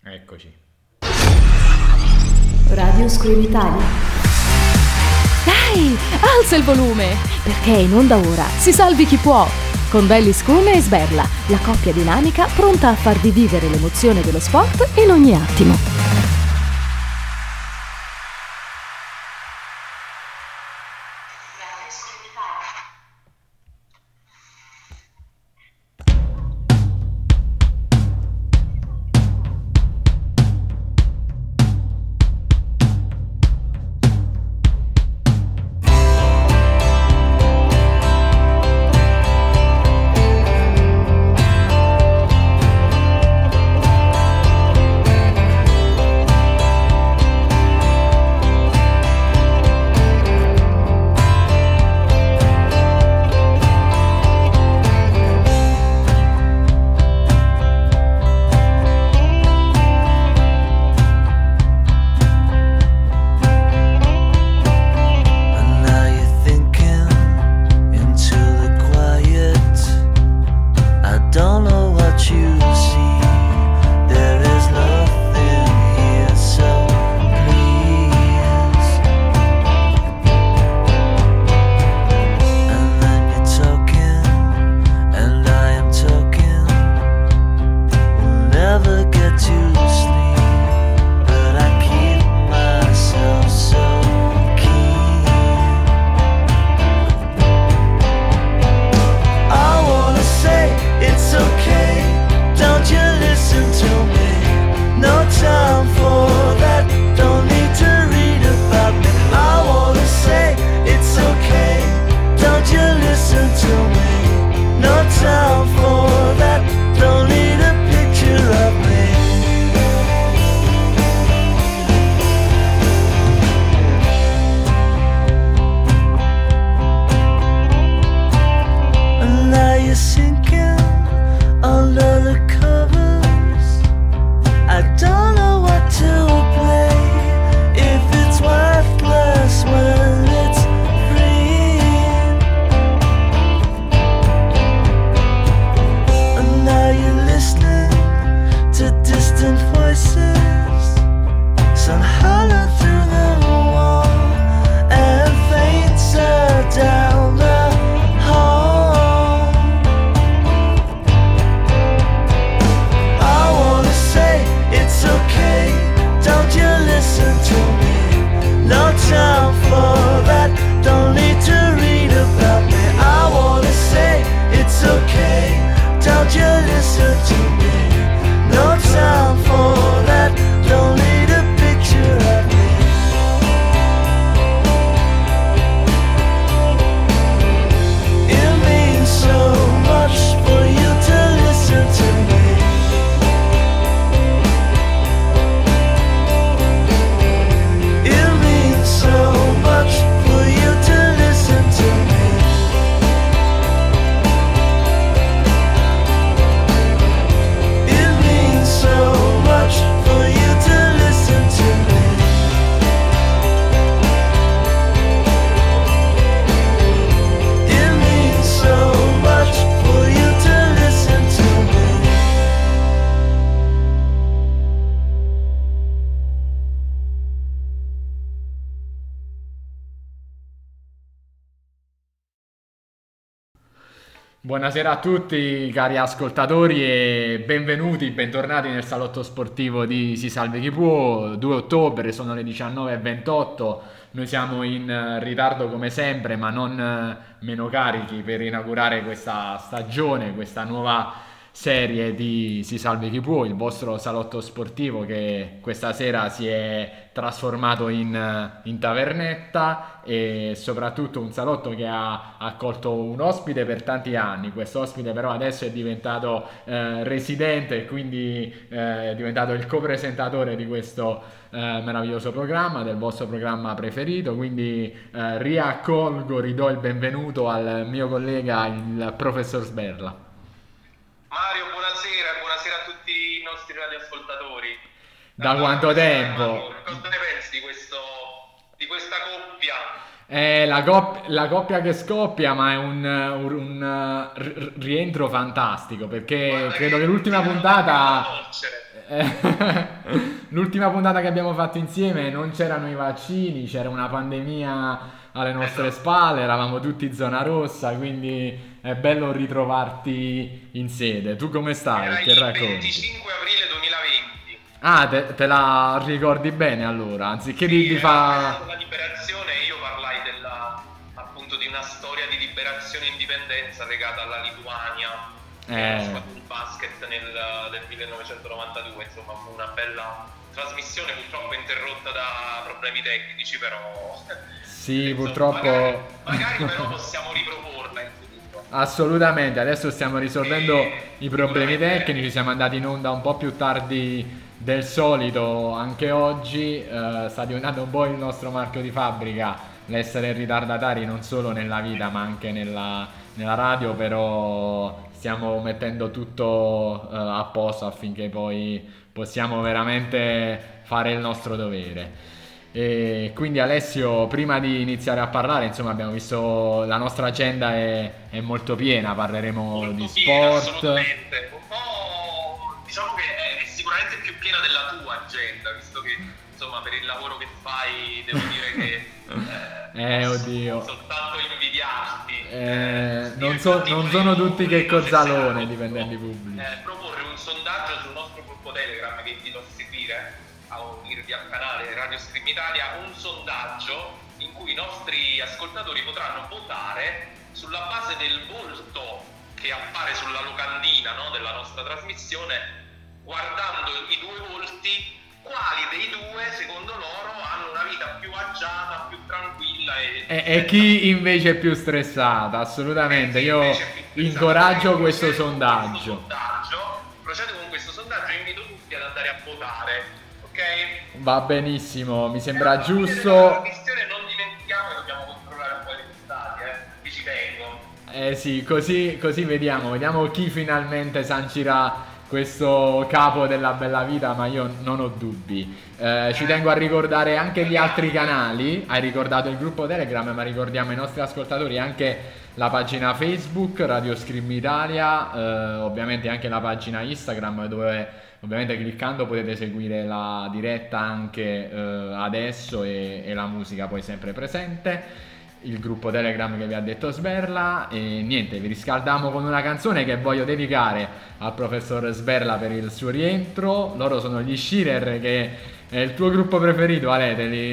Eccoci. Radio Screen Italia. Dai, alza il volume, perché in onda ora Si salvi chi può, con Belli Scune e Sberla, la coppia dinamica pronta a farvi vivere l'emozione dello sport in ogni attimo. Buonasera a tutti cari ascoltatori e bentornati nel salotto sportivo di Si salvi chi può. 2 ottobre, sono le 19:28, noi siamo in ritardo come sempre, ma non meno carichi per inaugurare questa stagione, questa nuova serie di Si salvi chi può, il vostro salotto sportivo che questa sera si è trasformato in tavernetta, e soprattutto un salotto che ha accolto un ospite per tanti anni. Questo ospite però adesso è diventato residente e quindi è diventato il copresentatore di questo meraviglioso programma, del vostro programma preferito. Quindi ridò il benvenuto al mio collega, il professor Sberla. Mario, buonasera a tutti i nostri radioascoltatori. Da quanto tempo? Cosa ne pensi di questa coppia? La coppia che scoppia, ma è un rientro fantastico, perché credo che l'ultima puntata L'ultima puntata che abbiamo fatto insieme non c'erano i vaccini, c'era una pandemia alle nostre spalle, eravamo tutti in zona rossa, quindi è bello ritrovarti in sede. Tu come stai? Era Che il racconti? 25 aprile 2020. Ah, te la ricordi bene allora, anziché di fa... La liberazione, io parlai appunto di una storia di liberazione e indipendenza legata alla Lituania, il basket del 1992, insomma fu una bella trasmissione, purtroppo interrotta da problemi tecnici, però Sì, insomma, purtroppo... magari però possiamo riproporla in futuro. Assolutamente, adesso stiamo risolvendo i problemi tecnici, siamo andati in onda un po' più tardi del solito anche oggi, sta diventando un po' il nostro marchio di fabbrica l'essere ritardatari non solo nella vita ma anche nella radio, però stiamo mettendo tutto a posto affinché poi possiamo veramente fare il nostro dovere. E quindi Alessio, prima di iniziare a parlare, insomma, abbiamo visto la nostra agenda è molto piena, parleremo Molto di piena, sport. assolutamente. Un po', diciamo che è sicuramente più piena della tua agenda, visto che insomma per il lavoro che fai devo dire che Oddio. soltanto invidiarti. Non sono tutti che Cozzalone, dipendenti pubblici. Proporre un sondaggio sul nostro gruppo Telegram che invito a seguire, a unirvi al canale Radio Stream Italia, un sondaggio in cui i nostri ascoltatori potranno votare sulla base del volto che appare sulla locandina, no, della nostra trasmissione, guardando i due volti, quali dei due secondo loro hanno una vita più agiata, più tranquilla e chi invece è più stressata. Assolutamente, io incoraggio questo sondaggio. Procedo con questo sondaggio e invito tutti ad andare a votare, ok? Va benissimo, mi sembra giusto. La questione, non dimentichiamo che dobbiamo controllare un po' i risultati, che ci tengo. Sì, così vediamo chi finalmente sancirà questo capo della bella vita, ma io non ho dubbi. Ci tengo a ricordare anche gli altri canali. Hai ricordato il gruppo Telegram, ma ricordiamo ai nostri ascoltatori anche la pagina Facebook Radio Scream Italia, ovviamente anche la pagina Instagram, dove ovviamente cliccando potete seguire la diretta anche adesso e la musica poi sempre presente. Il gruppo Telegram che vi ha detto Sberla. E niente, vi riscaldiamo con una canzone che voglio dedicare al professor Sberla per il suo rientro. Loro sono gli Shearer, che è il tuo gruppo preferito, Ale,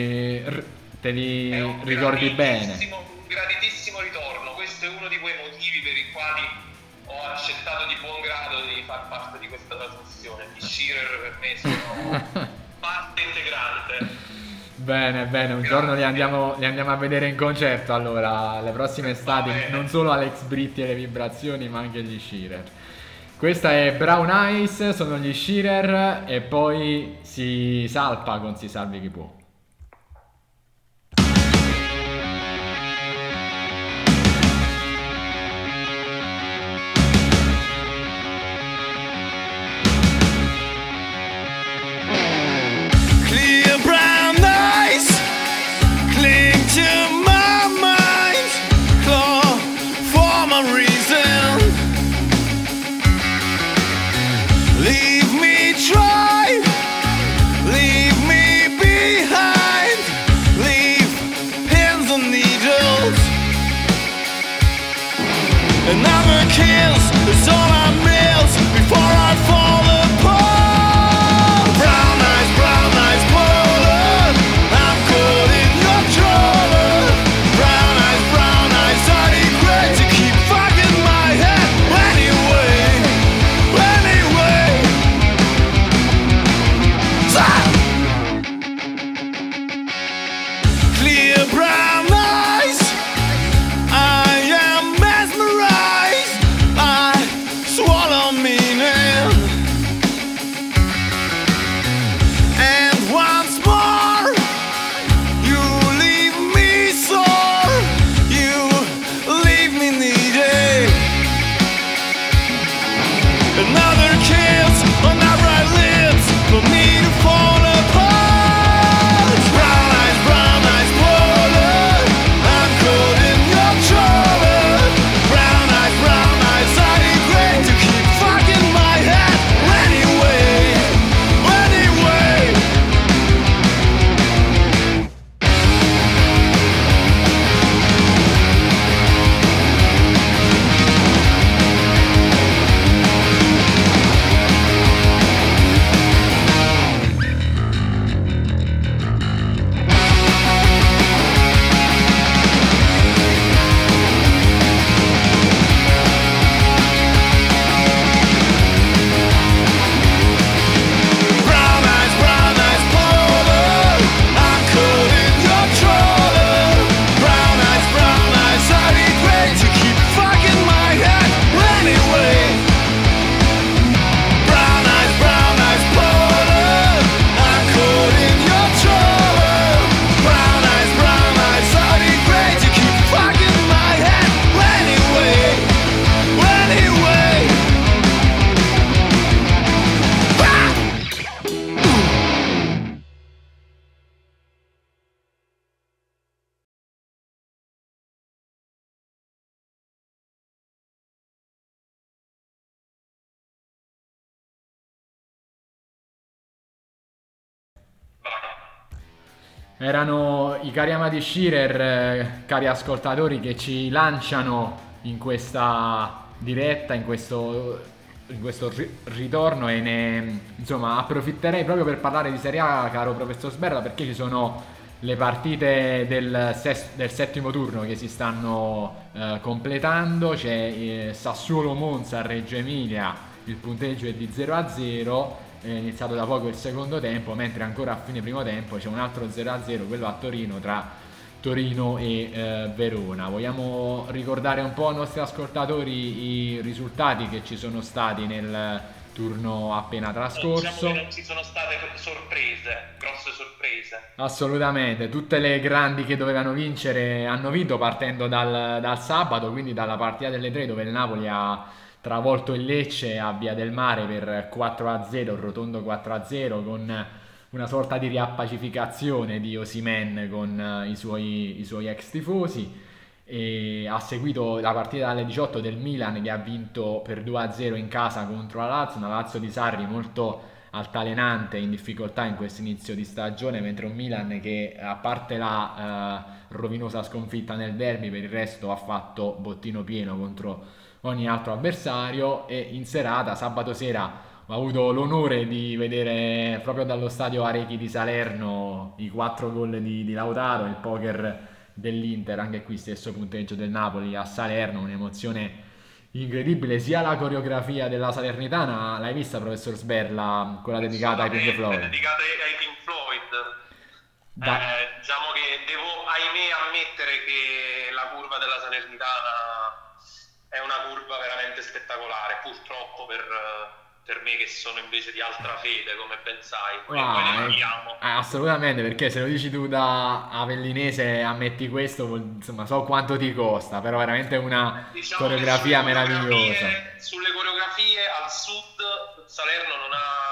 te li ricordi bene? Un graditissimo ritorno. Questo è uno di quei motivi per i quali ho accettato di buon grado di far parte di questa trasmissione. Gli Shearer per me sono parte integrante. Bene, un giorno li andiamo a vedere in concerto, allora, le prossime estati, non solo Alex Britti e le vibrazioni, ma anche gli Shearer. Questa è Brown Eyes, sono gli Shearer, e poi si salpa con Si Salvi Chi Può. Another kiss is all I miss before I fall apart. Brown eyes, polar, I'm caught in your trouble. Brown eyes, I regret to keep fucking my head anyway. Clear brown eyes, I am mesmerized. I swallow meaning, and once more you leave me sore, you leave me needing another kiss on our right lips for me to fall apart. Brown eyes, polar, I'm caught in your trouble. Brown eyes, I regret to keep fucking my head anyway. Erano i cari amati Shearer, cari ascoltatori, che ci lanciano in questa diretta, in questo ritorno, e insomma approfitterei proprio per parlare di Serie A, caro professor Sberla, perché ci sono le partite del settimo turno che si stanno completando. C'è Sassuolo-Monza a Reggio Emilia, il punteggio è di 0-0, è iniziato da poco il secondo tempo, mentre ancora a fine primo tempo c'è un altro 0-0, quello a Torino, tra Torino e Verona. Vogliamo ricordare un po' ai nostri ascoltatori i risultati che ci sono stati nel turno appena trascorso? Diciamo che non ci sono state sorprese, grosse sorprese. Assolutamente, tutte le grandi che dovevano vincere hanno vinto, partendo dal sabato, quindi dalla partita delle 3, dove il Napoli ha travolto il Lecce a Via del Mare per 4-0, un rotondo 4-0, con una sorta di riappacificazione di Osimhen con i suoi ex tifosi. E ha seguito la partita alle 18 del Milan, che ha vinto per 2-0 in casa contro la Lazio, una Lazio di Sarri molto altalenante, in difficoltà in questo inizio di stagione, mentre un Milan che, a parte la rovinosa sconfitta nel derby, per il resto ha fatto bottino pieno contro ogni altro avversario. E in serata, sabato sera, ho avuto l'onore di vedere proprio dallo stadio Arechi di Salerno i 4 gol di Lautaro, il poker dell'Inter, anche qui stesso punteggio del Napoli a Salerno, un'emozione incredibile. Sia la coreografia della Salernitana, l'hai vista, professor Sberla, quella dedicata ai Pink Floyd? Dedicata ai Pink Floyd. Diciamo che devo, ahimè, ammettere che la curva della Salernitana è una curva veramente spettacolare, purtroppo per me che sono invece di altra fede, come ben sai, poi ne parliamo. Assolutamente, perché se lo dici tu da avellinese, ammetti questo, insomma, so quanto ti costa, però veramente una coreografia meravigliosa. Sulle coreografie al sud Salerno non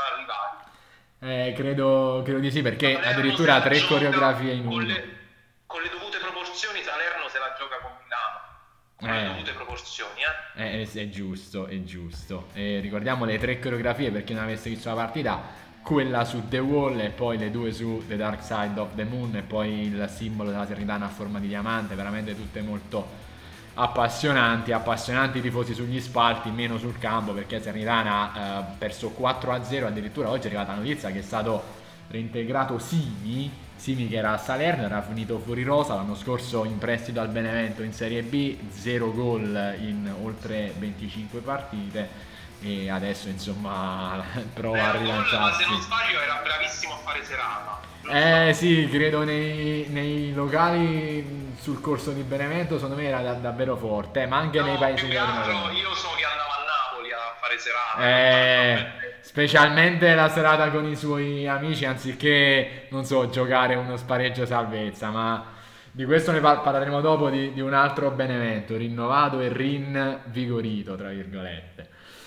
ha rivali. Credo di sì, perché addirittura 3 coreografie in una. Con le dovute proporzioni Salerno se la gioca con Milano. Con le dovute proporzioni, è giusto, è giusto. Ricordiamo le 3 coreografie, per chi non avesse visto la partita: quella su The Wall, e poi le 2 su The Dark Side of the Moon, e poi il simbolo della Salernitana a forma di diamante. Veramente tutte molto appassionanti i tifosi sugli spalti, meno sul campo, perché Salernitana ha perso 4-0. Addirittura oggi è arrivata la notizia che è stato reintegrato Simi, che era a Salerno, era finito fuori rosa l'anno scorso in prestito al Benevento in Serie B, 0 gol in oltre 25 partite, e adesso insomma prova a rilanciarsi. Se non sbaglio era bravissimo a fare serata. Sì, credo nei locali sul corso di Benevento, secondo me era davvero forte, ma anche nei paesi che io so che andava a Napoli a fare serata. Specialmente la serata con i suoi amici, anziché, non so, giocare uno spareggio salvezza. Ma di questo ne parleremo dopo, di un altro Benevento rinnovato e rinvigorito, tra virgolette.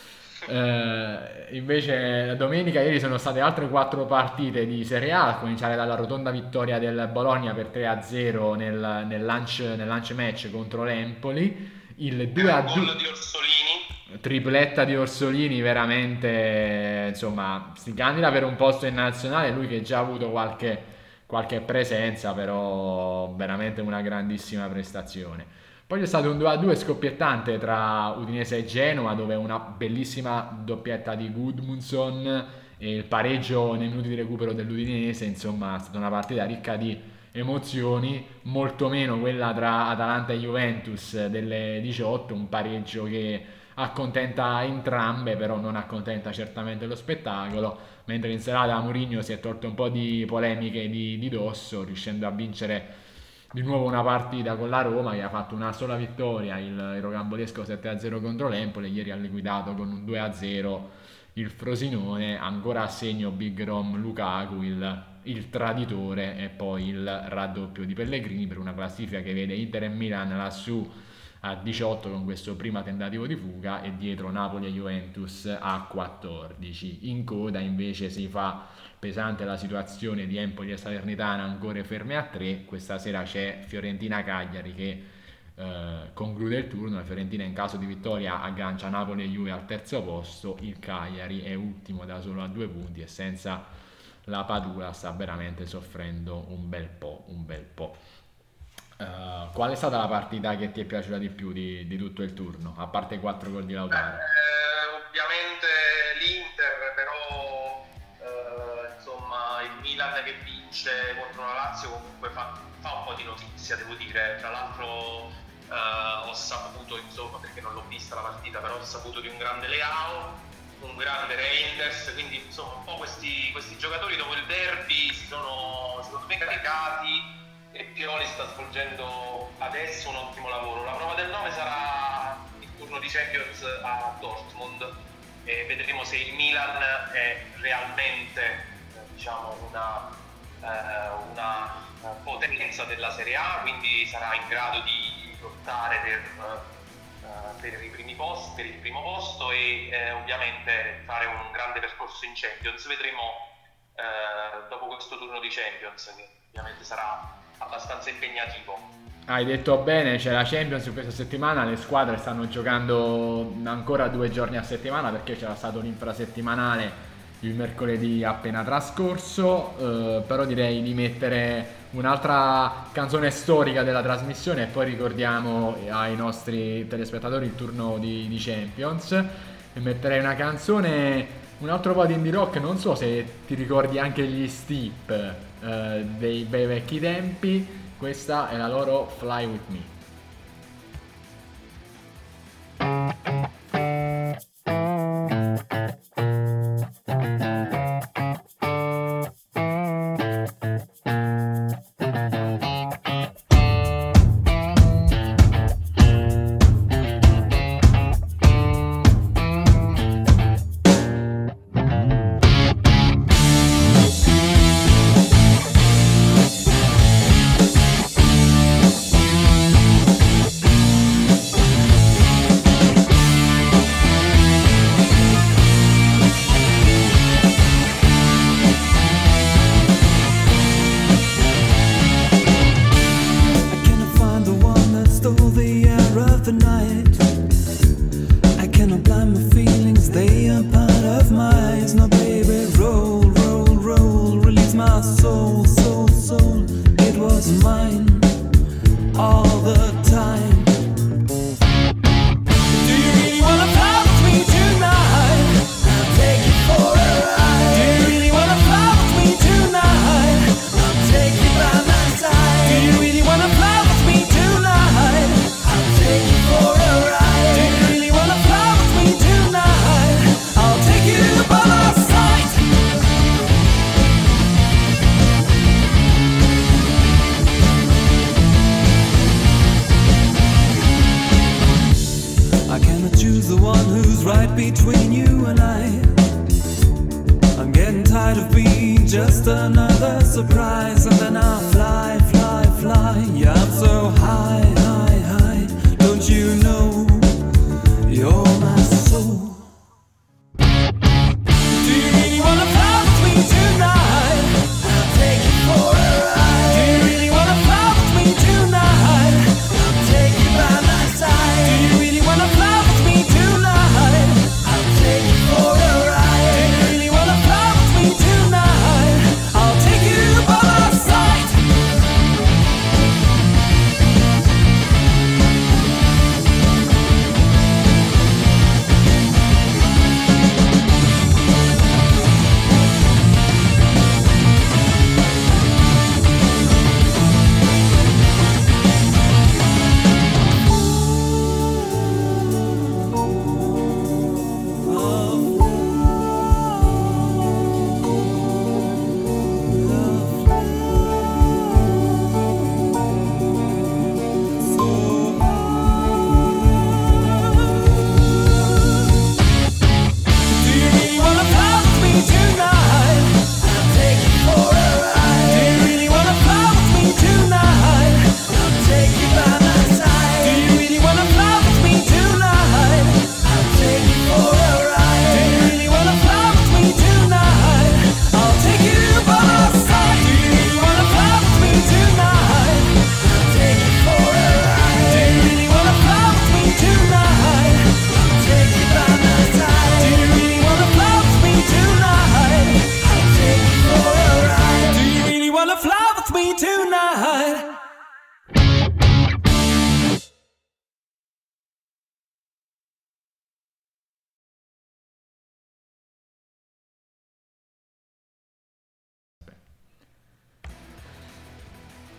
Invece domenica, ieri, sono state altre 4 partite di Serie A, a cominciare dalla rotonda vittoria del Bologna per 3-0 nel lunch match contro l'Empoli, il 2-2 di Orsolini, tripletta di Orsolini, veramente, insomma, si candida per un posto in nazionale, lui che già ha avuto qualche presenza, però veramente una grandissima prestazione. Poi c'è stato un 2-2 scoppiettante tra Udinese e Genoa, dove una bellissima doppietta di Gudmundsson e il pareggio nei minuti di recupero dell'Udinese. Insomma, è stata una partita ricca di emozioni, molto meno quella tra Atalanta e Juventus delle 18, un pareggio che accontenta entrambe, però non accontenta certamente lo spettacolo, mentre in serata Mourinho si è tolto un po' di polemiche di dosso, riuscendo a vincere di nuovo una partita con la Roma, che ha fatto una sola vittoria, il rocambolesco 7-0 contro l'Empoli. Ieri ha liquidato con un 2-0 il Frosinone, ancora a segno Big Rom Lukaku, il traditore, e poi il raddoppio di Pellegrini, per una classifica che vede Inter e Milan lassù a 18 con questo primo tentativo di fuga, e dietro Napoli e Juventus a 14. In coda invece si fa pesante la situazione di Empoli e Salernitana, ancora ferme a 3. Questa sera c'è Fiorentina-Cagliari che conclude il turno. La Fiorentina, in caso di vittoria, aggancia Napoli e Juve al terzo posto. Il Cagliari è ultimo da solo a 2 punti e senza la Padula sta veramente soffrendo un bel po'. Qual è stata la partita che ti è piaciuta di più di tutto il turno, a parte i 4 gol di Lautaro? Ovviamente l'Inter, però insomma il Milan che vince contro la Lazio comunque fa un po' di notizia, devo dire. Tra l'altro ho saputo, insomma, perché non l'ho vista la partita, però ho saputo di un grande Leao, un grande Reinders, quindi insomma un po' questi giocatori dopo il derby si sono secondo me caricati, e Pioli sta svolgendo adesso un ottimo lavoro. La prova del 9 sarà il turno di Champions a Dortmund e vedremo se il Milan è realmente diciamo una potenza della Serie A, quindi sarà in grado di lottare per i primi posti, per il primo posto e ovviamente fare un grande percorso in Champions. Vedremo dopo questo turno di Champions, che ovviamente sarà abbastanza impegnativo. Hai detto bene, c'è la Champions questa settimana, le squadre stanno giocando ancora 2 giorni a settimana perché c'era stato l'infrasettimanale il mercoledì appena trascorso, però direi di mettere un'altra canzone storica della trasmissione e poi ricordiamo ai nostri telespettatori il turno di Champions, e metterei una canzone, un altro po' di indie rock. Non so se ti ricordi anche gli Steep dei bei vecchi tempi. Questa è la loro Fly With Me.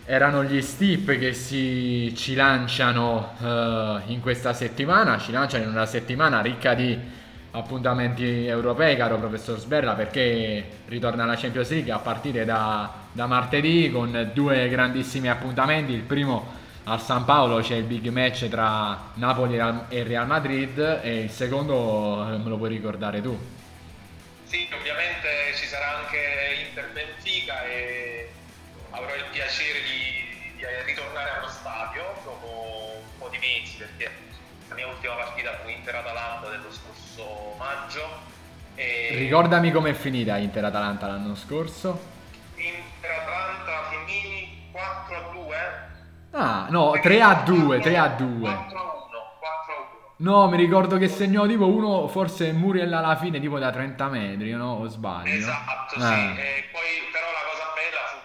erano gli Steep che ci lanciano in questa settimana, ci lanciano in una settimana ricca di appuntamenti europei, caro professor Sberla, perché ritorna la Champions League a partire da martedì con due grandissimi appuntamenti. Il primo al San Paolo c'è il big match tra Napoli e Real Madrid, e il secondo me lo puoi ricordare tu? Sì, ovviamente ci sarà anche Inter Benfica e avrò il piacere di ritornare allo stadio dopo un po' di mesi, perché la mia ultima partita fu Inter-Atalanta dello scorso maggio. Ricordami com'è finita Inter-Atalanta l'anno scorso. Inter-Atalanta finì 4-2. Ah, no, 3-2, 3-2. 4-1. No, mi ricordo che segnò tipo uno, forse Muriel alla fine, tipo da 30 metri, no? O sbaglio? Esatto, sì. E poi però la cosa bella fu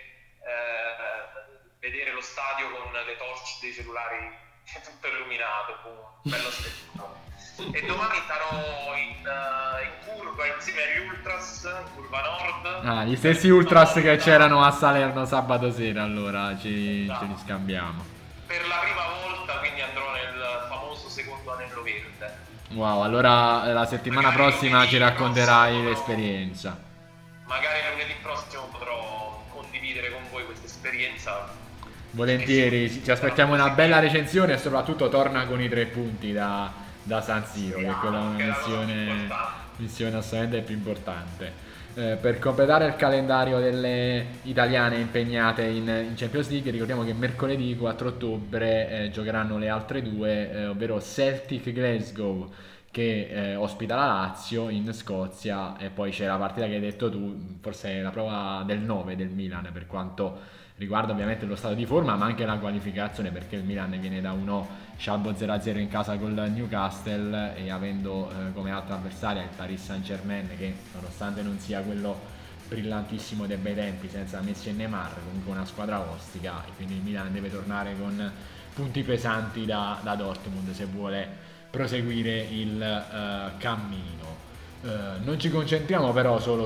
che vedere lo stadio con le torce dei cellulari tutto illuminato, fu un bello spettacolo. E domani sarò in curva insieme agli Ultras, curva nord. Ah, gli stessi Ultras che c'erano a Salerno sabato sera, allora ce li scambiamo. Per la prima volta quindi andrò nel famoso secondo anello verde. Wow, allora la settimana prossima ci racconterai l'esperienza. Magari lunedì prossimo potrò condividere con voi questa esperienza. Volentieri, ci aspettiamo una bella recensione e soprattutto torna con i 3 punti da San Siro, che quella è una missione assolutamente più importante. Per completare il calendario delle italiane impegnate in Champions League, ricordiamo che mercoledì 4 ottobre giocheranno le altre due, ovvero Celtic Glasgow che ospita la Lazio in Scozia, e poi c'è la partita che hai detto tu, forse la prova del 9 del Milan per quanto riguarda ovviamente lo stato di forma, ma anche la qualificazione, perché il Milan viene da uno scialbo 0-0 in casa col Newcastle e avendo come altra avversaria il Paris Saint-Germain, che nonostante non sia quello brillantissimo dei bei tempi senza Messi e Neymar, comunque una squadra ostica, e quindi il Milan deve tornare con punti pesanti da Dortmund se vuole proseguire il cammino. Non ci concentriamo però solo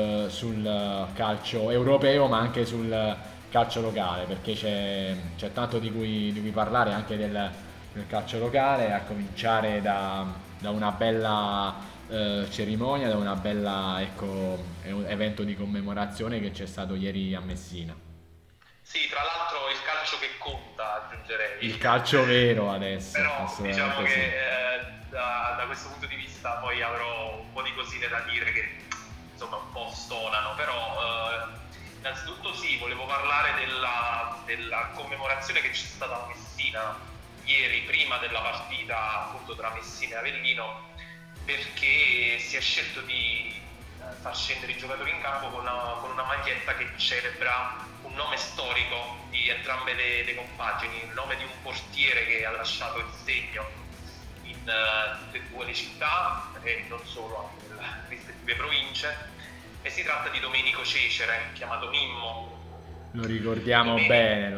sul calcio europeo, ma anche sul calcio locale, perché c'è tanto di cui parlare anche del calcio locale, a cominciare da una bella cerimonia, da una bella evento di commemorazione che c'è stato ieri a Messina. Sì, tra l'altro il calcio che conta, aggiungerei. Il calcio vero adesso. Però diciamo che da questo punto di vista poi avrò un po' di cosine da dire che insomma un po' stonano, però innanzitutto sì, volevo parlare della commemorazione che c'è stata a Messina ieri, prima della partita appunto tra Messina e Avellino, perché si è scelto di far scendere i giocatori in campo con una maglietta che celebra un nome storico di entrambe le compagini, il nome di un portiere che ha lasciato il segno in tutte e due le città e non solo, anche nelle rispettive province. E si tratta di Domenico Cecere, chiamato Mimmo. Lo ricordiamo bene.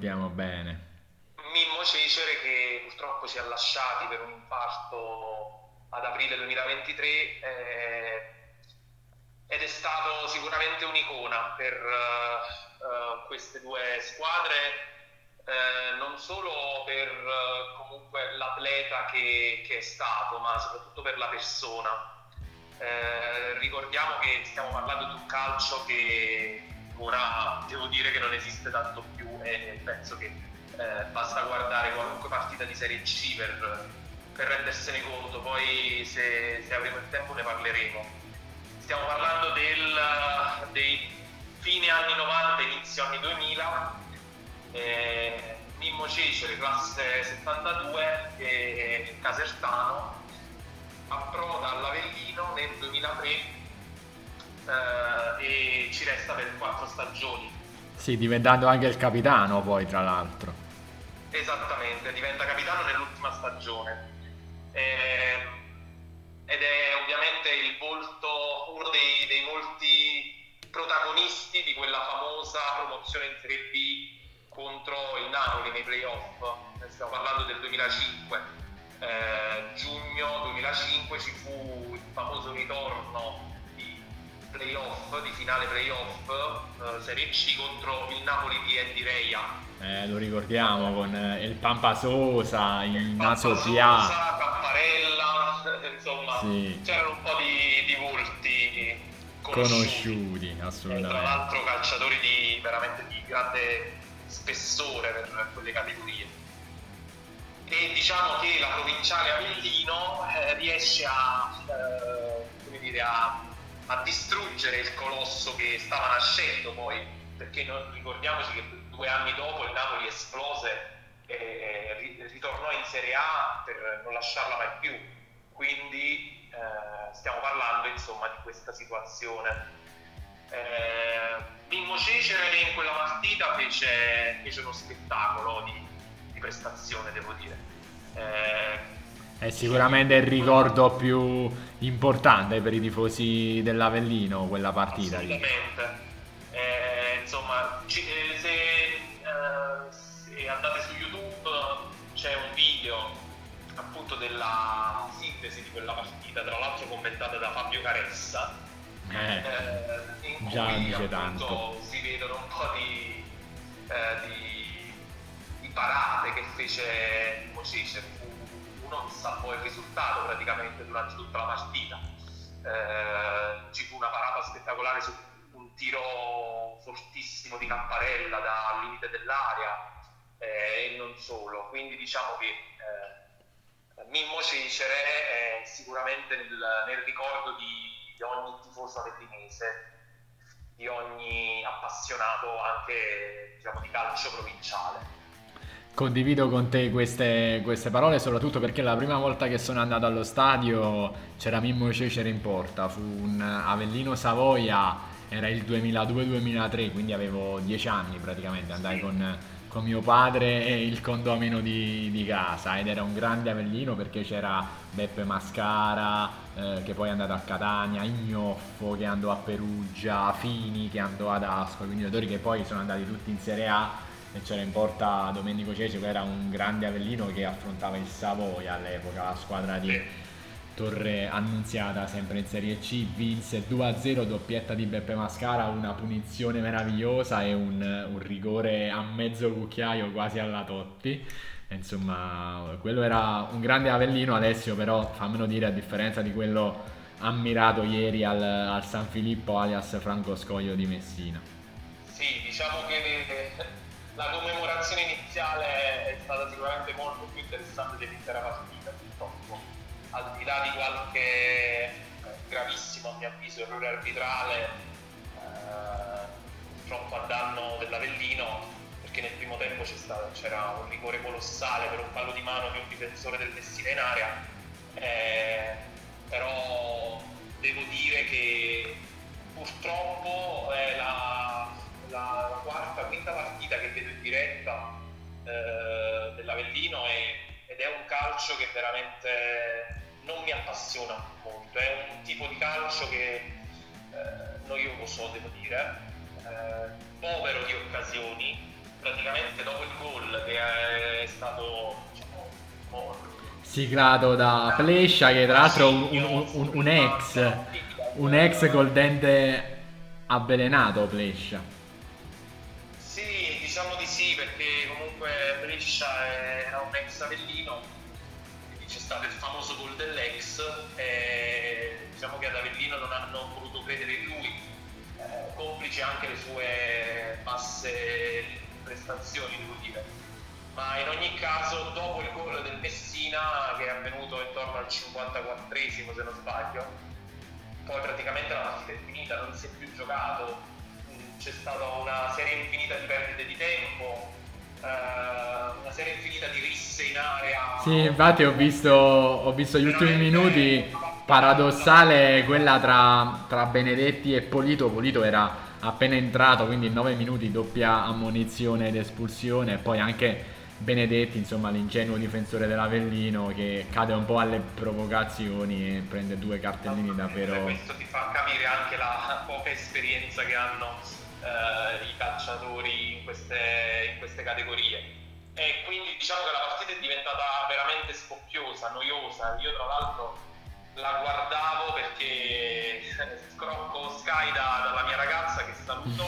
Mimmo Cecere, che purtroppo ci ha lasciati per un infarto ad aprile 2023, ed è stato sicuramente un'icona per queste due squadre, non solo per comunque l'atleta che è stato, ma soprattutto per la persona. Ricordiamo che stiamo parlando di un calcio che ora devo dire che non esiste tanto più, e penso che basta guardare qualunque partita di Serie C per rendersene conto, poi se avremo il tempo ne parleremo. Stiamo parlando dei fine anni 90, inizio anni 2000. Mimmo Cecere, classe 72, e casertano, approda all'Avellino nel 2003 e ci resta per 4 stagioni. Sì, diventando anche il capitano poi, tra l'altro. Esattamente, diventa capitano nell'ultima stagione. Ed è ovviamente il volto, uno dei molti protagonisti di quella famosa promozione in Serie B contro il Napoli nei playoff. Stiamo parlando del 2005. Giugno 2005 ci fu il famoso ritorno di playoff di finale playoff Serie C contro il Napoli di Eddie Reia. Lo ricordiamo con il Pampa Sosa, il Naso Sosa, Pià, Camparella, insomma, sì, c'erano un po' di volti conosciuti, tra assolutamente. l'altro calciatori veramente di grande spessore per quelle categorie. E diciamo che la provinciale Avellino riesce come dire, a distruggere il colosso che stava nascendo poi, perché ricordiamoci che 2 anni dopo il Napoli esplose e ritornò in Serie A per non lasciarla mai più, quindi stiamo parlando insomma di questa situazione. Mimmo Cecere in quella partita fece uno spettacolo di prestazione, devo dire. È sicuramente il ricordo più importante per i tifosi dell'Avellino, quella partita lì. Assolutamente. Insomma, se andate su YouTube c'è un video appunto della sintesi di quella partita, tra l'altro commentata da Fabio Caressa, in già cui dice appunto tanto. si vedono un po' di parate che fece Mimmo Cecere. Uno che salvò il risultato praticamente durante tutta la partita. Ci fu una parata spettacolare su un tiro fortissimo di Camparella dal limite dell'area e non solo, quindi diciamo che Mimmo Cecere è sicuramente nel ricordo di ogni tifoso avellinese, di ogni appassionato anche, diciamo, di calcio provinciale. Condivido con te queste parole, soprattutto perché la prima volta che sono andato allo stadio c'era Mimmo Cecere in porta, fu un Avellino Savoia, era il 2002-2003, quindi avevo 10 anni praticamente, andai con mio padre e il condomino di casa, ed era un grande Avellino perché c'era Beppe Mascara, che poi è andato a Catania, Ignoffo che andò a Perugia, Fini che andò ad Ascoli, quindi giocatori che poi sono andati tutti in Serie A. E c'era in porta Domenico Cecere, che era un grande Avellino che affrontava il Savoia all'epoca, la squadra di Torre Annunziata, sempre in Serie C, vinse 2-0, doppietta di Beppe Mascara, una punizione meravigliosa e un rigore a mezzo cucchiaio quasi alla Totti. E insomma, quello era un grande Avellino. Alessio, però fammelo dire, a differenza di quello ammirato ieri al San Filippo alias Franco Scoglio di Messina. Sì, diciamo che la commemorazione iniziale è stata sicuramente molto più interessante dell'intera partita, purtroppo. Al di là di qualche gravissimo, a mio avviso, errore arbitrale, purtroppo a danno dell'Avellino, perché nel primo tempo c'era un rigore colossale per un fallo di mano di un difensore del Messina in area, però devo dire che purtroppo è la quinta partita che vedo in diretta dell'Avellino ed è un calcio che veramente non mi appassiona molto, è un tipo di calcio che noioso, devo dire, povero di occasioni. Praticamente dopo il gol che è stato, diciamo, siglato da Plescia, che tra l'altro è un ex col dente avvelenato, Plescia. Sì, diciamo di sì, perché comunque Brescia era un ex Avellino, quindi c'è stato il famoso gol dell'ex, e diciamo che ad Avellino non hanno voluto credere in lui, complice anche le sue basse prestazioni, devo dire. Ma in ogni caso, dopo il gol del Messina, che è avvenuto intorno al 54esimo se non sbaglio, poi praticamente la partita è finita, non si è più giocato. C'è stata una serie infinita di perdite di tempo, una serie infinita di risse in area. Sì, infatti ho visto gli ultimi minuti, paradossale quella tra Benedetti e Polito. Polito era appena entrato, quindi in 9 minuti doppia ammonizione ed espulsione, e poi anche Benedetti, insomma l'ingenuo difensore dell'Avellino, che cade un po' alle provocazioni e prende 2 cartellini davvero. Questo ti fa capire anche la poca esperienza che hanno i calciatori in queste categorie, e quindi diciamo che la partita è diventata veramente scoppiosa, noiosa. Io tra l'altro la guardavo perché scrocco Sky da tutto,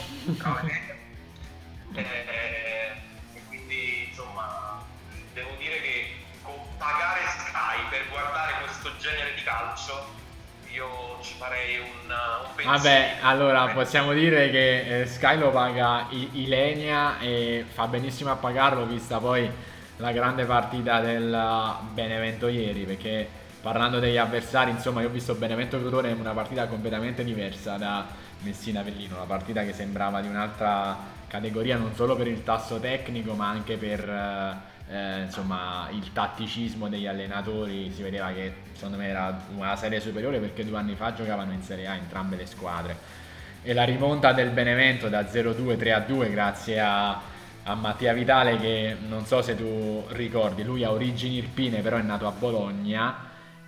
e quindi insomma devo dire che pagare Sky per guardare questo genere di calcio io ci farei un pensiero. Vabbè, allora possiamo dire che Sky lo paga Ilenia e fa benissimo a pagarlo, vista poi la grande partita del Benevento ieri, perché parlando degli avversari, insomma, io ho visto Benevento Crotone, una partita completamente diversa da Messina Avellino, una partita che sembrava di un'altra categoria, non solo per il tasso tecnico ma anche per insomma il tatticismo degli allenatori. Si vedeva che secondo me era una serie superiore, perché 2 anni fa giocavano in Serie A entrambe le squadre, e la rimonta del Benevento da 0-2 3-2 grazie a Mattia Vitale, che non so se tu ricordi, lui ha origini irpine però è nato a Bologna,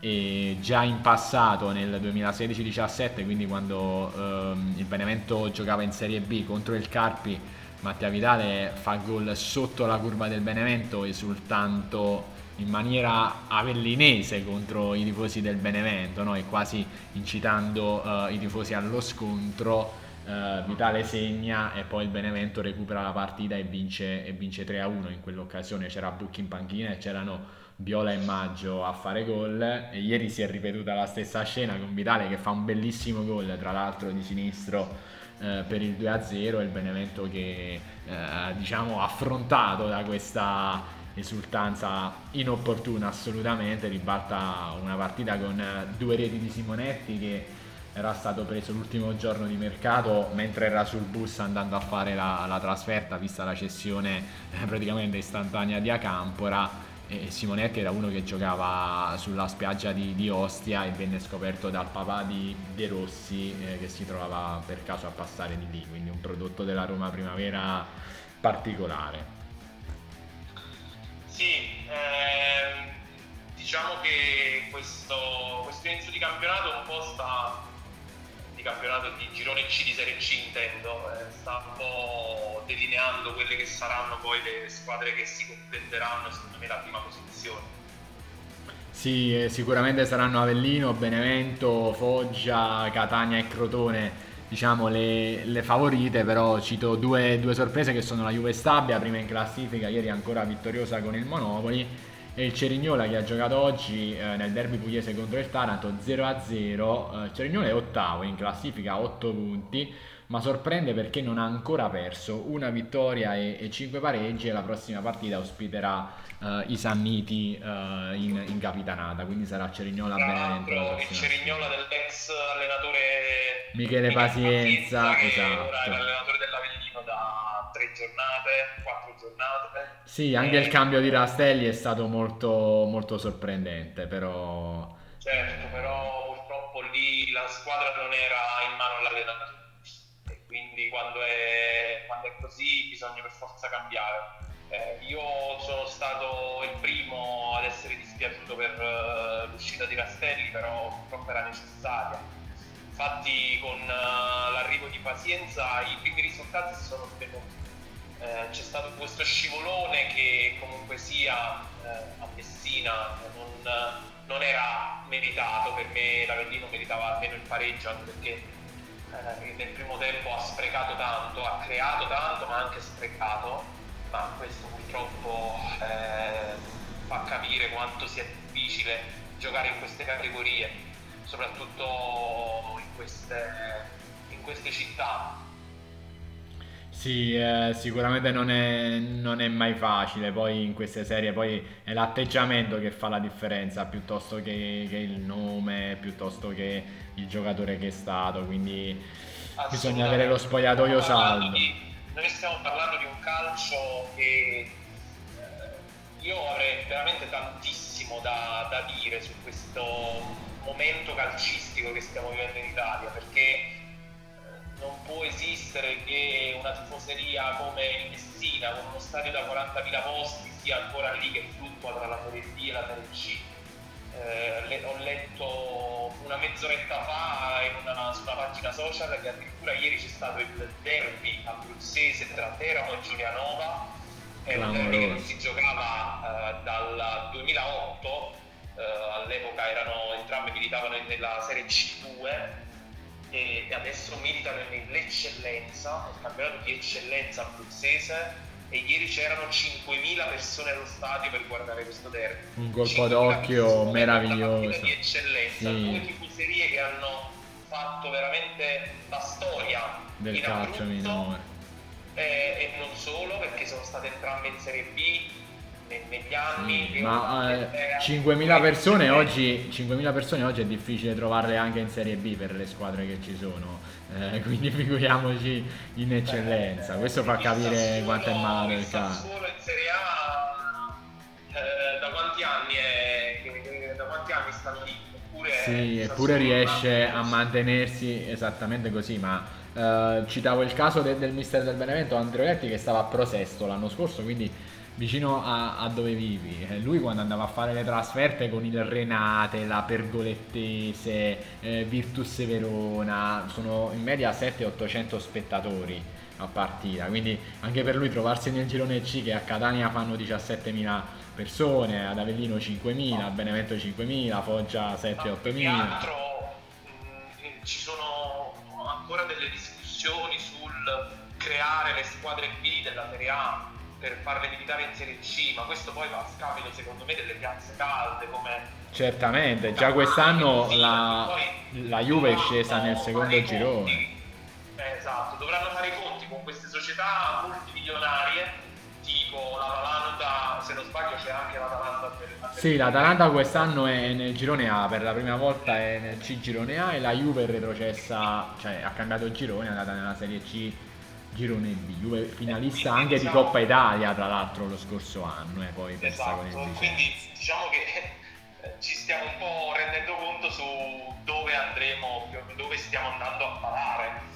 e già in passato nel 2016-17, quindi quando il Benevento giocava in Serie B contro il Carpi, Mattia Vitale fa gol sotto la curva del Benevento, esultando in maniera avellinese contro i tifosi del Benevento, no? E quasi incitando i tifosi allo scontro. Vitale segna e poi il Benevento recupera la partita e vince 3-1. In quell'occasione c'era Bucchi in panchina e c'erano Viola e Maggio a fare gol, e ieri si è ripetuta la stessa scena con Vitale che fa un bellissimo gol, tra l'altro di sinistro, per il 2-0, e il Benevento che diciamo affrontato da questa esultanza inopportuna assolutamente ribalta una partita con 2 reti di Simonetti, che era stato preso l'ultimo giorno di mercato mentre era sul bus andando a fare la trasferta, vista la cessione praticamente istantanea di Acampora. E Simonetti era uno che giocava sulla spiaggia di Ostia e venne scoperto dal papà di De Rossi, che si trovava per caso a passare di lì, quindi un prodotto della Roma Primavera particolare. Sì, diciamo che questo inizio di campionato un po' di campionato di girone C, di Serie C intendo, sta un po' delineando quelle che saranno poi le squadre che si contenderanno secondo me la prima posizione. Sì, sicuramente saranno Avellino, Benevento, Foggia, Catania e Crotone, diciamo le favorite, però cito due sorprese che sono la Juve Stabia, prima in classifica, ieri ancora vittoriosa con il Monopoli, e il Cerignola che ha giocato oggi nel derby pugliese contro il Taranto 0-0. Il Cerignola è ottavo in classifica a 8 punti, ma sorprende perché non ha ancora perso, una vittoria e 5 pareggi, e la prossima partita ospiterà i Sanniti in capitanata, quindi sarà Cerignola Benevento. Il Cerignola dell'ex allenatore Michele Pazienza, che esatto. ora è l'allenatore dell'Avellino da 4 giornate. Sì, anche il cambio di Rastelli è stato molto, molto sorprendente, però... Certo, però purtroppo lì la squadra non era in mano all'allenatore, e quindi quando è così bisogna per forza cambiare. Io sono stato il primo ad essere dispiaciuto per l'uscita di Rastelli, però purtroppo era necessaria. Infatti con l'arrivo di Pazienza i primi risultati si sono ottenuti. C'è stato questo scivolone che comunque sia a Messina non era meritato. Per me l'Avellino meritava almeno il pareggio, anche perché nel primo tempo ha sprecato tanto, ha creato tanto ma anche sprecato, ma questo purtroppo fa capire quanto sia difficile giocare in queste categorie, soprattutto in queste città. Sì, sicuramente non è mai facile, poi in queste serie poi è l'atteggiamento che fa la differenza piuttosto che il nome, piuttosto che il giocatore che è stato, quindi bisogna avere lo spogliatoio saldo. Noi stiamo parlando di un calcio che io avrei veramente tantissimo da dire su questo momento calcistico che stiamo vivendo in Italia, perché non può esistere che una tifoseria come in Messina, con uno stadio da 40.000 posti, sia ancora lì che fluttua tra la Serie B e la Serie C. Ho letto una mezz'oretta fa su una pagina social che addirittura ieri c'è stato il derby abruzzese tra Teramo e Giulianova, è un derby che non si giocava dal 2008, all'epoca entrambe militavano nella Serie C2. e adesso militano nell'eccellenza, nel campionato di eccellenza abruzzese, e ieri c'erano 5.000 persone allo stadio per guardare questo derby. Un colpo d'occhio meraviglioso. Di eccellenza, Sì. due tifoserie che hanno fatto veramente la storia Del in calcio Abruzzo, minore. e non solo, perché sono state entrambe in Serie B negli anni. Ma 5.000 persone oggi è difficile trovarle anche in Serie B per le squadre che ci sono, quindi figuriamoci in eccellenza. Questo fa capire quanto è malato il calcio. Sassuolo in Serie A da quanti anni stanno lì? Sì, eppure riesce a mantenersi esattamente così, ma citavo il caso del mister del Benevento, Andreoletti, che stava a Pro Sesto l'anno scorso, quindi vicino a dove vivi. Lui quando andava a fare le trasferte con il Renate, la Pergolettese, Virtus Verona, sono in media 700-800 spettatori a partita, quindi anche per lui trovarsi nel girone C, che a Catania fanno 17.000 persone, ad Avellino 5.000, a Benevento 5.000, a Foggia 7-8.000. Tra l'altro ci sono ancora delle discussioni sul creare le squadre B della Serie A per farle militare in Serie C, ma questo poi va a scapito secondo me delle piazze calde, come certamente, già quest'anno la Juve è scesa nel secondo girone. Esatto, dovranno fare i conti con queste società multimilionarie tipo l'Atalanta, se non sbaglio c'è anche l'Atalanta Sì, l'Atalanta quest'anno è nel girone A, per la prima volta è nel C girone A, e la Juve è retrocessa, cioè ha cambiato girone, è andata nella Serie C girone B. Juve finalista anche di Coppa Italia tra l'altro lo scorso anno, poi persa con il esatto, Vicenza. quindi diciamo che ci stiamo un po' rendendo conto su dove andremo, dove stiamo andando a parare.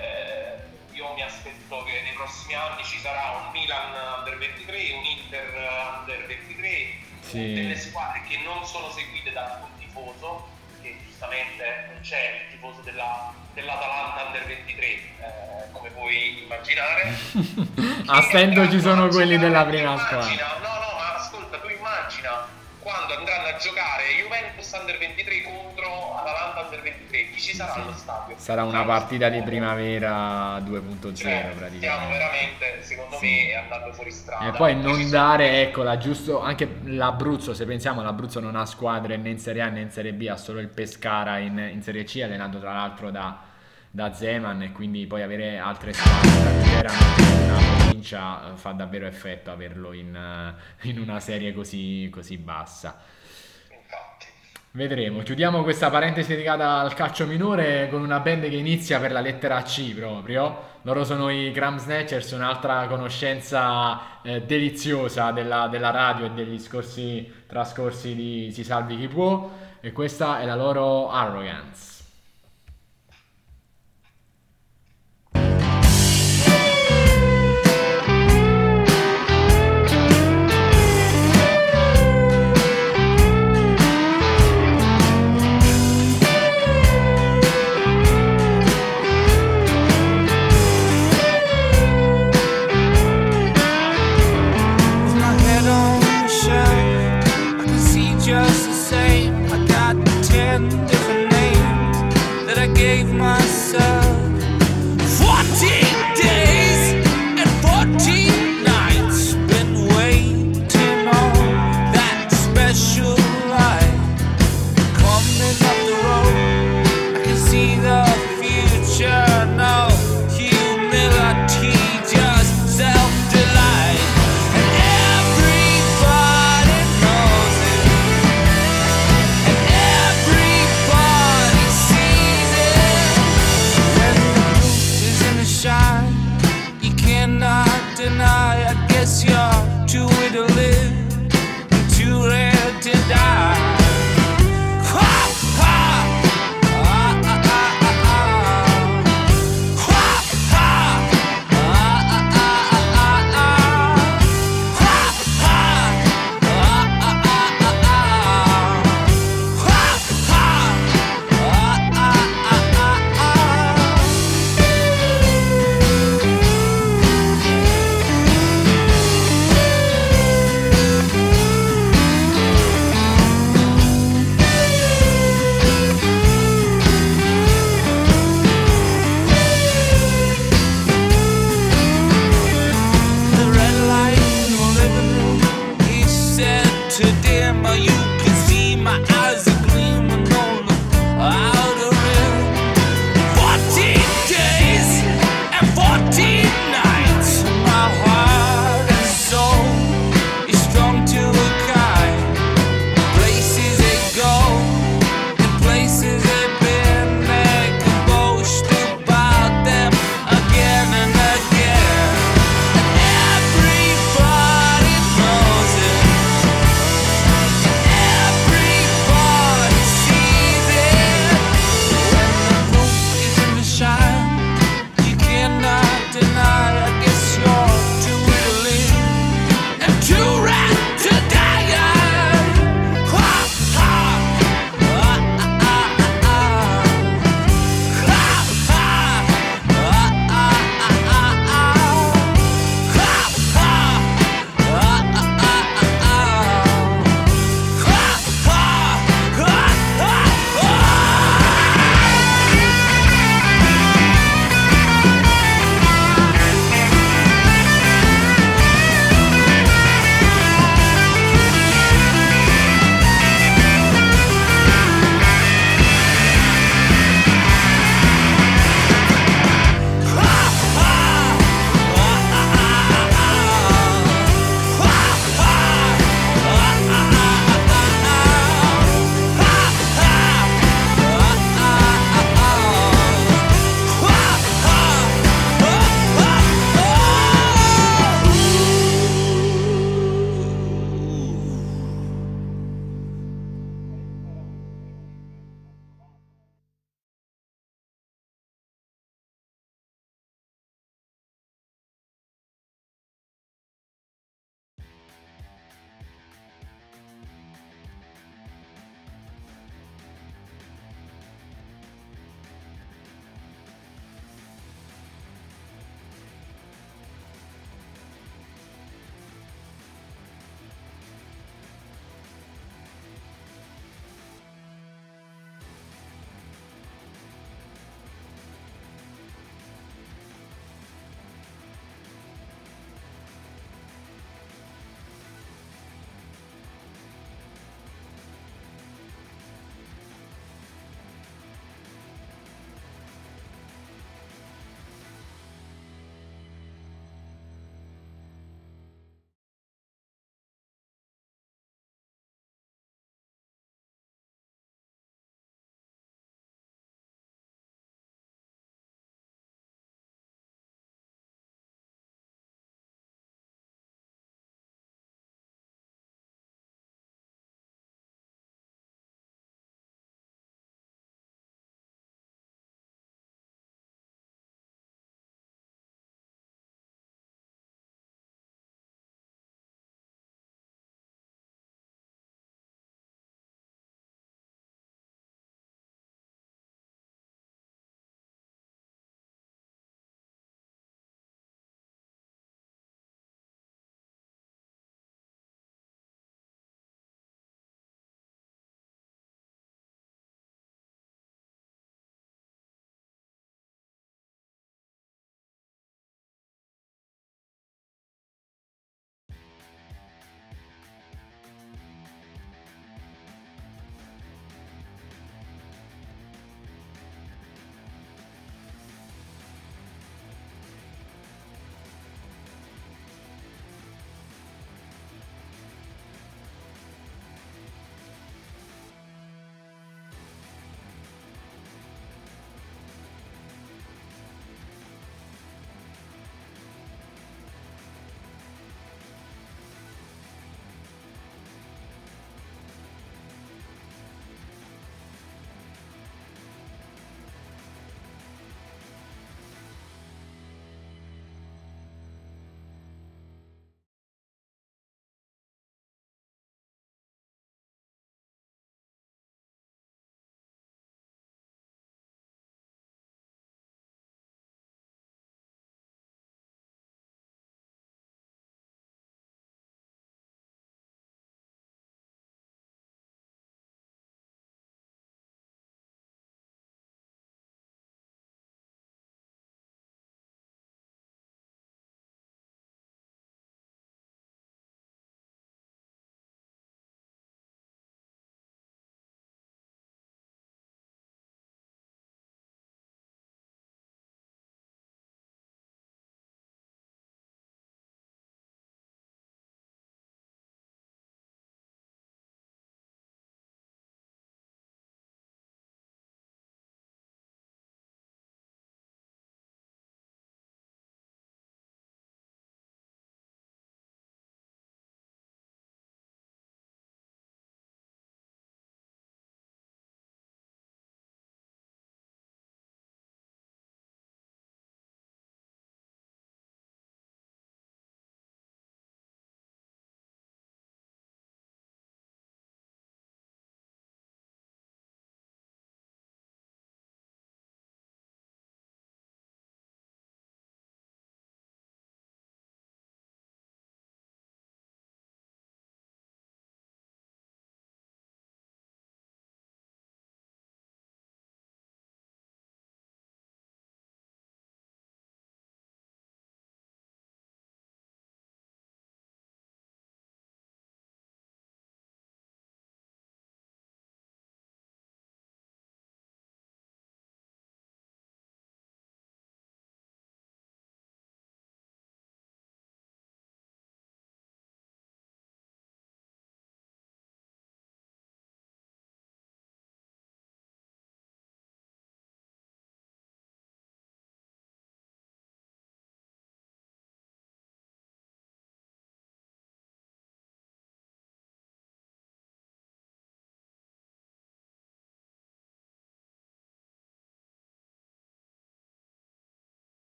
Io mi aspetto che nei prossimi anni ci sarà un Milan Under 23, un Inter Under 23, Sì. delle squadre che non sono seguite dal tifoso, perché giustamente non c'è il tifoso dell'Atalanta Under 23, come puoi immaginare. A stento ci sono quelli della prima squadra. No, ma ascolta, tu immagina quando andranno a giocare Juventus Under 23 contro Atalanta Under 23, chi ci sarà allo stadio? Sarà una partita di primavera 2.0 praticamente. Stiamo veramente, secondo me, andando fuori strada. E poi non dare, ecco, giusto, anche l'Abruzzo, se pensiamo, l'Abruzzo non ha squadre né in Serie A né in Serie B, ha solo il Pescara in Serie C, allenato tra l'altro da Zeman, e quindi poi avere altre squadre che erano in una provincia fa davvero effetto averlo in una serie così bassa. Infatti. Vedremo. Chiudiamo questa parentesi dedicata al calcio minore con una band che inizia per la lettera C proprio. Loro sono i Gram Snatchers, un'altra conoscenza deliziosa della radio e degli scorsi trascorsi di Si Salvi Chi Può, e questa è la loro Arrogance. Just the same, I got 10 different names that I gave myself. 14 days and 14 nights, been waiting on that special light coming up the road. I can see the future, no humility, just self-delight. And everybody knows it. Everybody sees it. When the proof is in the shine, you cannot deny. I guess you're too weak to live and too rare to die. Ha ha! Ah ah ah ah ah. Ha ha! Ah ah ah ah ah. Ha ha! Ah ah ah ah ah.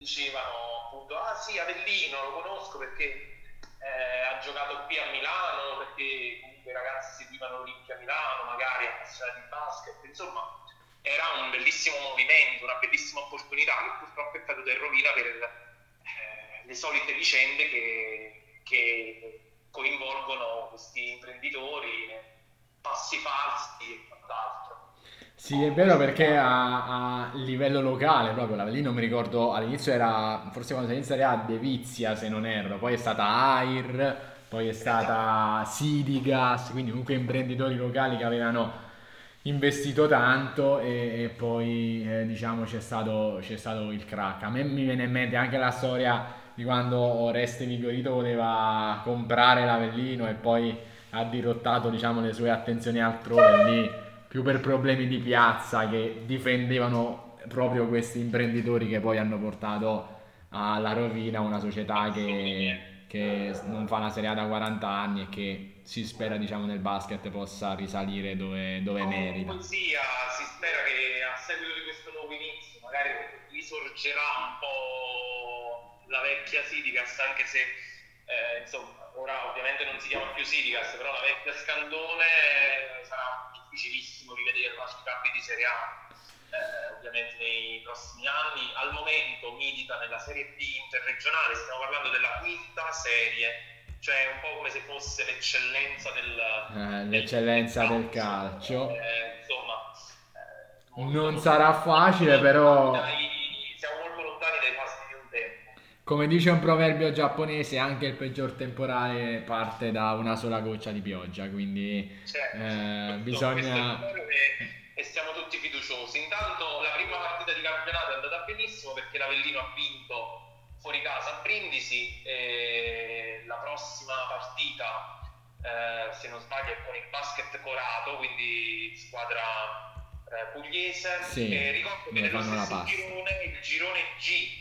dicevano appunto, ah sì, Avellino lo conosco perché ha giocato qui a Milano, perché comunque i ragazzi seguivano l'Olimpia Milano, magari appassionati di basket, insomma era un bellissimo movimento, una bellissima opportunità che purtroppo è caduta in rovina per le solite vicende che coinvolgono questi imprenditori, passi falsi e quant'altro. Sì, è vero, perché a livello locale, proprio l'Avellino, mi ricordo all'inizio era, forse quando si inizia Serie A, Devizia se non erro, poi è stata AIR, poi è stata Sidigas, quindi comunque imprenditori locali che avevano investito tanto e poi diciamo c'è stato il crack. A me mi viene in mente anche la storia di quando Oreste Vigorito voleva comprare l'Avellino e poi ha dirottato, diciamo, le sue attenzioni altrove, lì più per problemi di piazza, che difendevano proprio questi imprenditori che poi hanno portato alla rovina una società che non fa una Serie A da 40 anni e che si spera, diciamo, nel basket possa risalire dove merita. Comunque sia, si spera che a seguito di questo nuovo inizio magari risorgerà un po' la vecchia Sidigas, anche se insomma ora ovviamente non si chiama più Sidigas, però la vecchia Scandone sarà difficilissimo rivederla sui campi di Serie A, ovviamente nei prossimi anni. Al momento milita nella Serie B interregionale, stiamo parlando della quinta serie, cioè un po' come se fosse l'eccellenza del calcio. Insomma, non sarà facile, però siamo molto lontani dai fasti di un tempo. come dice un proverbio giapponese, anche il peggior temporale parte da una sola goccia di pioggia, quindi bisogna... E siamo tutti fiduciosi. Intanto la prima partita di campionato è andata benissimo perché l'Avellino ha vinto fuori casa a Brindisi, e la prossima partita, se non sbaglio, è con il Basket Corato, quindi squadra pugliese. Sì, e ricordo che dove nello fanno la stesso pasta. girone, il girone G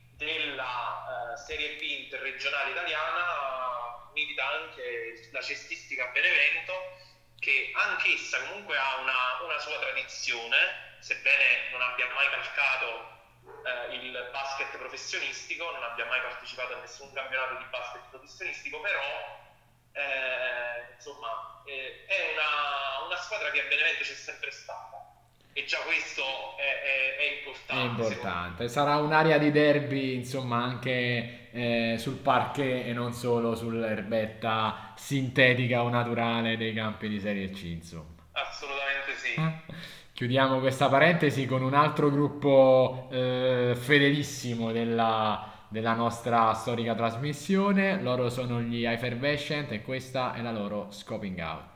della Serie B interregionale italiana, milita anche la cestistica Benevento, che anch'essa comunque ha una sua tradizione, sebbene non abbia mai calcato il basket professionistico, non abbia mai partecipato a nessun campionato di basket professionistico, però insomma è una squadra che a Benevento c'è sempre stata, e già questo è importante. È importante, sarà un'area di derby, insomma, anche sul parquet e non solo sull'erbetta sintetica o naturale dei campi di Serie C, insomma. Assolutamente sì. Chiudiamo questa parentesi con un altro gruppo fedelissimo della nostra storica trasmissione. Loro sono gli Effervescent e questa è la loro Scoping Out.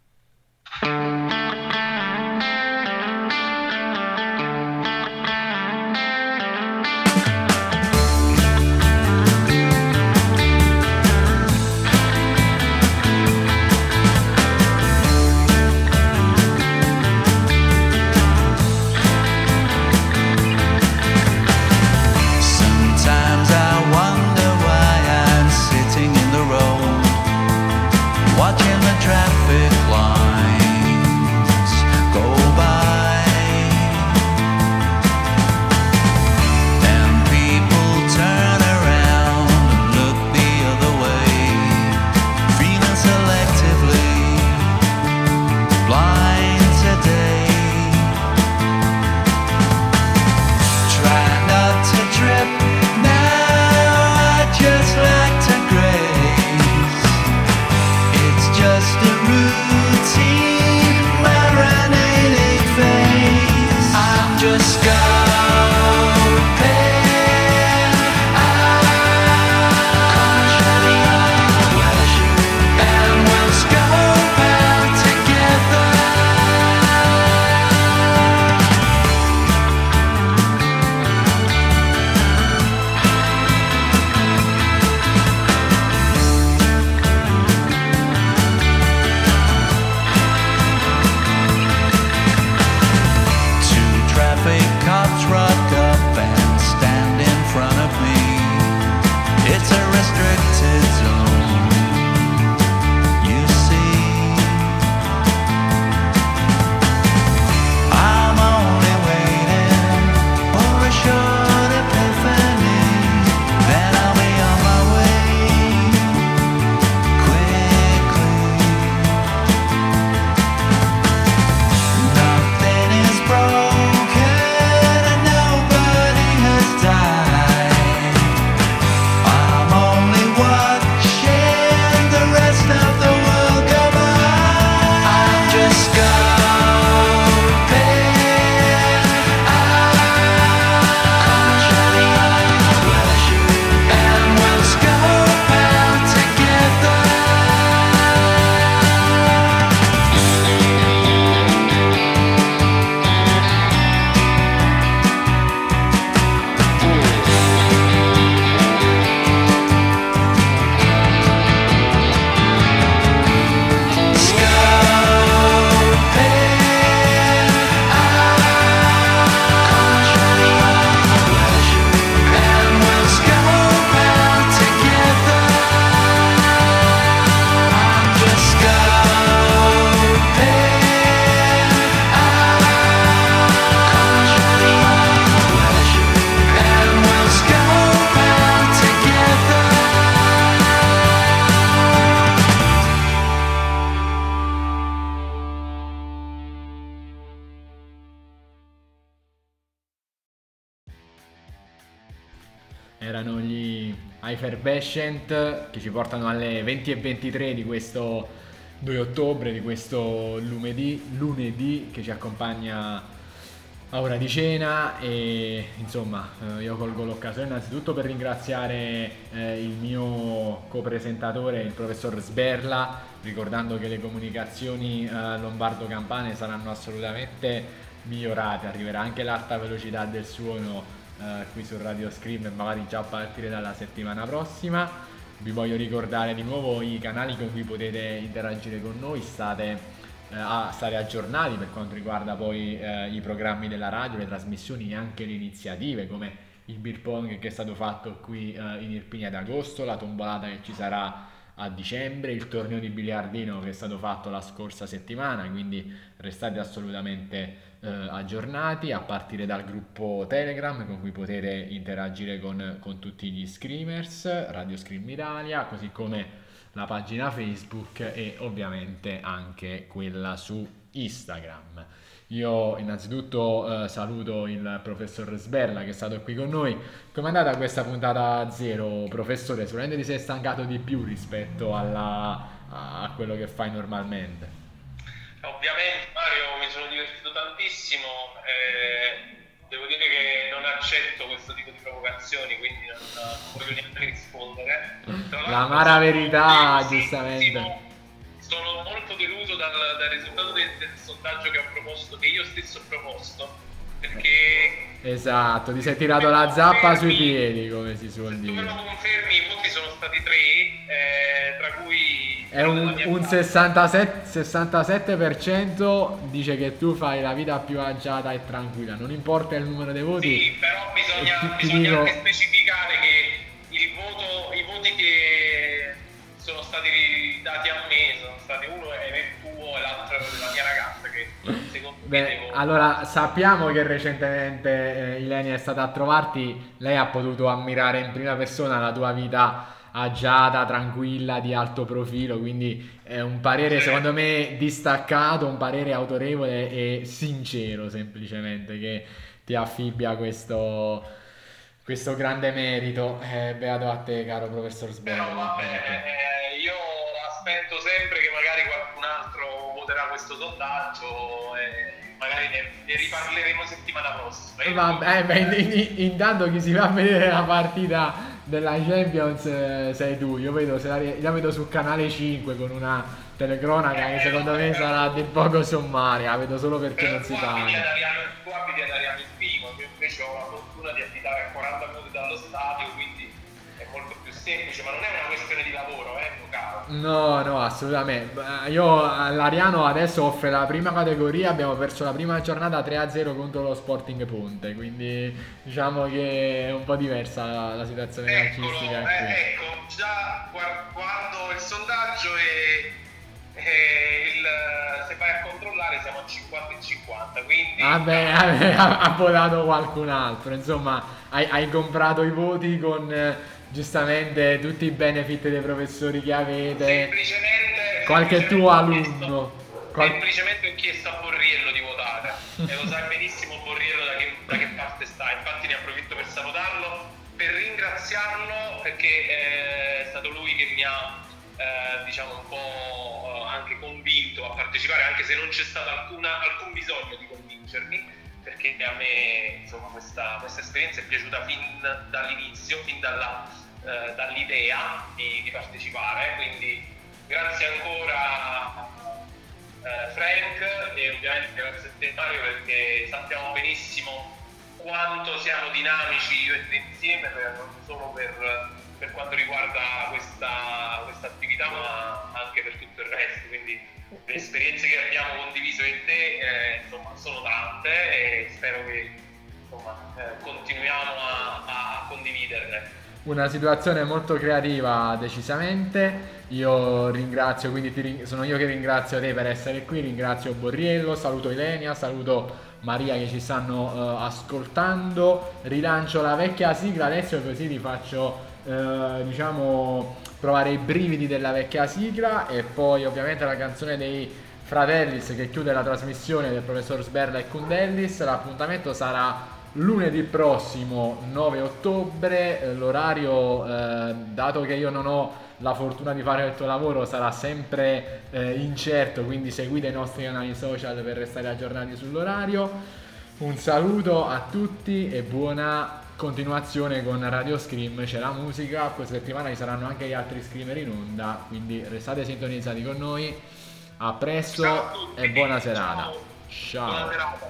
Sometimes I wonder why I'm sitting in the road, watching the traffic line. erano gli Effervescent che ci portano alle 20:23 di questo 2 ottobre, di questo lunedì che ci accompagna a ora di cena. E insomma, io colgo l'occasione innanzitutto per ringraziare il mio copresentatore, il professor Sberla, ricordando che le comunicazioni lombardo-campane saranno assolutamente migliorate, arriverà anche l'alta velocità del suono qui su Radio Scream, e magari già a partire dalla settimana prossima. Vi voglio ricordare di nuovo i canali con cui potete interagire con noi, stare aggiornati per quanto riguarda poi i programmi della radio, le trasmissioni e anche le iniziative come il beer pong che è stato fatto qui in Irpinia ad agosto, la tombolata che ci sarà a dicembre, il torneo di biliardino che è stato fatto la scorsa settimana, quindi restate assolutamente aggiornati a partire dal gruppo Telegram con cui potete interagire con tutti gli screamers, Radio Scream Italia, così come la pagina Facebook e ovviamente anche quella su Instagram. Io innanzitutto saluto il professor Sberla che è stato qui con noi. Com'è andata questa puntata zero, professore? Sicuramente ti sei stancato di più rispetto a quello che fai normalmente. Ovviamente Mario, mi sono divertito tantissimo, devo dire che non accetto questo tipo di provocazioni, quindi non voglio neanche rispondere. L'amara verità, giustamente. Sono molto deluso dal risultato del sondaggio che ho proposto, che io stesso ho proposto, perché... Esatto, ti sei tirato la zappa sui piedi, come si suol dire. Se tu me lo confermi, i voti sono stati 3, tra cui... È un 67% dice che tu fai la vita più agiata e tranquilla, non importa il numero dei voti. Sì, però bisogna anche specificare che i voti che sono stati dati a me sono stati uno è il tuo e l'altro è della mia ragazza, che secondo me allora sappiamo che recentemente Ilenia è stata a trovarti, lei ha potuto ammirare in prima persona la tua vita agiata, tranquilla, di alto profilo, quindi è un parere secondo me distaccato, un parere autorevole e sincero semplicemente che ti affibbia questo grande merito. Beato a te, caro professor Sberla. Io aspetto sempre che magari qualcun altro voterà questo sondaggio e magari ne riparleremo settimana prossima. Intanto chi si va a vedere la partita della Champions sei tu. Io la vedo sul canale 5 con una telecronaca che secondo me sarà di poco sommaria, la vedo solo perché non si parla. Tu abiti ad Ariano Irpino, io invece ho la fortuna di abitare a 40 minuti dallo stadio, quindi è molto più semplice, ma non è una questione di lavoro, mio caro. No, assolutamente. L'Ariano adesso offre la prima categoria, abbiamo perso la prima giornata 3-0 contro lo Sporting Ponte, quindi diciamo che è un po' diversa la situazione calcistica qui. Ecco, già guardo il sondaggio se vai a controllare siamo a 50-50, quindi... Vabbè, ha votato qualcun altro, insomma, hai comprato i voti con... giustamente tutti i benefit dei professori che avete, semplicemente qualche tuo alunno. Semplicemente ho chiesto a Borriello di votare e lo sai benissimo Borriello da che parte sta, infatti ne approfitto per salutarlo, per ringraziarlo perché è stato lui che mi ha diciamo un po' anche convinto a partecipare, anche se non c'è stato alcun bisogno di convincermi, perché a me insomma questa esperienza è piaciuta fin dall'inizio, fin dall'idea di partecipare, quindi grazie ancora Frank e ovviamente grazie a te Mario, perché sappiamo benissimo quanto siamo dinamici io e te insieme, non solo per quanto riguarda questa attività ma anche per tutto il resto, quindi le esperienze che abbiamo condiviso in te insomma sono tante e spero che insomma continuiamo a condividerne. Una situazione molto creativa decisamente. Io ringrazio, quindi sono io che ringrazio te per essere qui, ringrazio Borriello, saluto Ilenia, saluto Maria che ci stanno ascoltando, rilancio la vecchia sigla adesso così vi faccio diciamo provare i brividi della vecchia sigla e poi ovviamente la canzone dei Fratellis che chiude la trasmissione del professor Sberla e Kundellis. L'appuntamento sarà lunedì prossimo 9 ottobre. L'orario, dato che io non ho la fortuna di fare il tuo lavoro, sarà sempre incerto, quindi seguite i nostri canali social per restare aggiornati sull'orario. Un saluto a tutti e buona continuazione con Radio Scream. C'è la musica, questa settimana ci saranno anche gli altri screamer in onda, quindi restate sintonizzati con noi. A presto e buona serata. Ciao. Buona serata.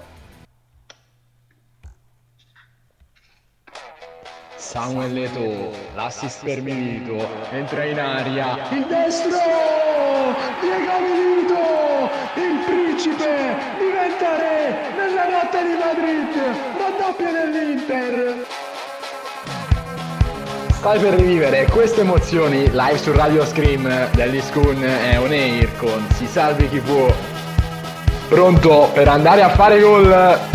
Samuel Eto'o, l'assist per Milito, entra in aria, Il destro! Diego Milito! Il principe diventa re nella notte di Madrid! Raddoppio dell'Inter! stai per rivivere queste emozioni live su Radio Scream degli Scun e On Air con Si Salvi Chi Può. Pronto per andare a fare gol?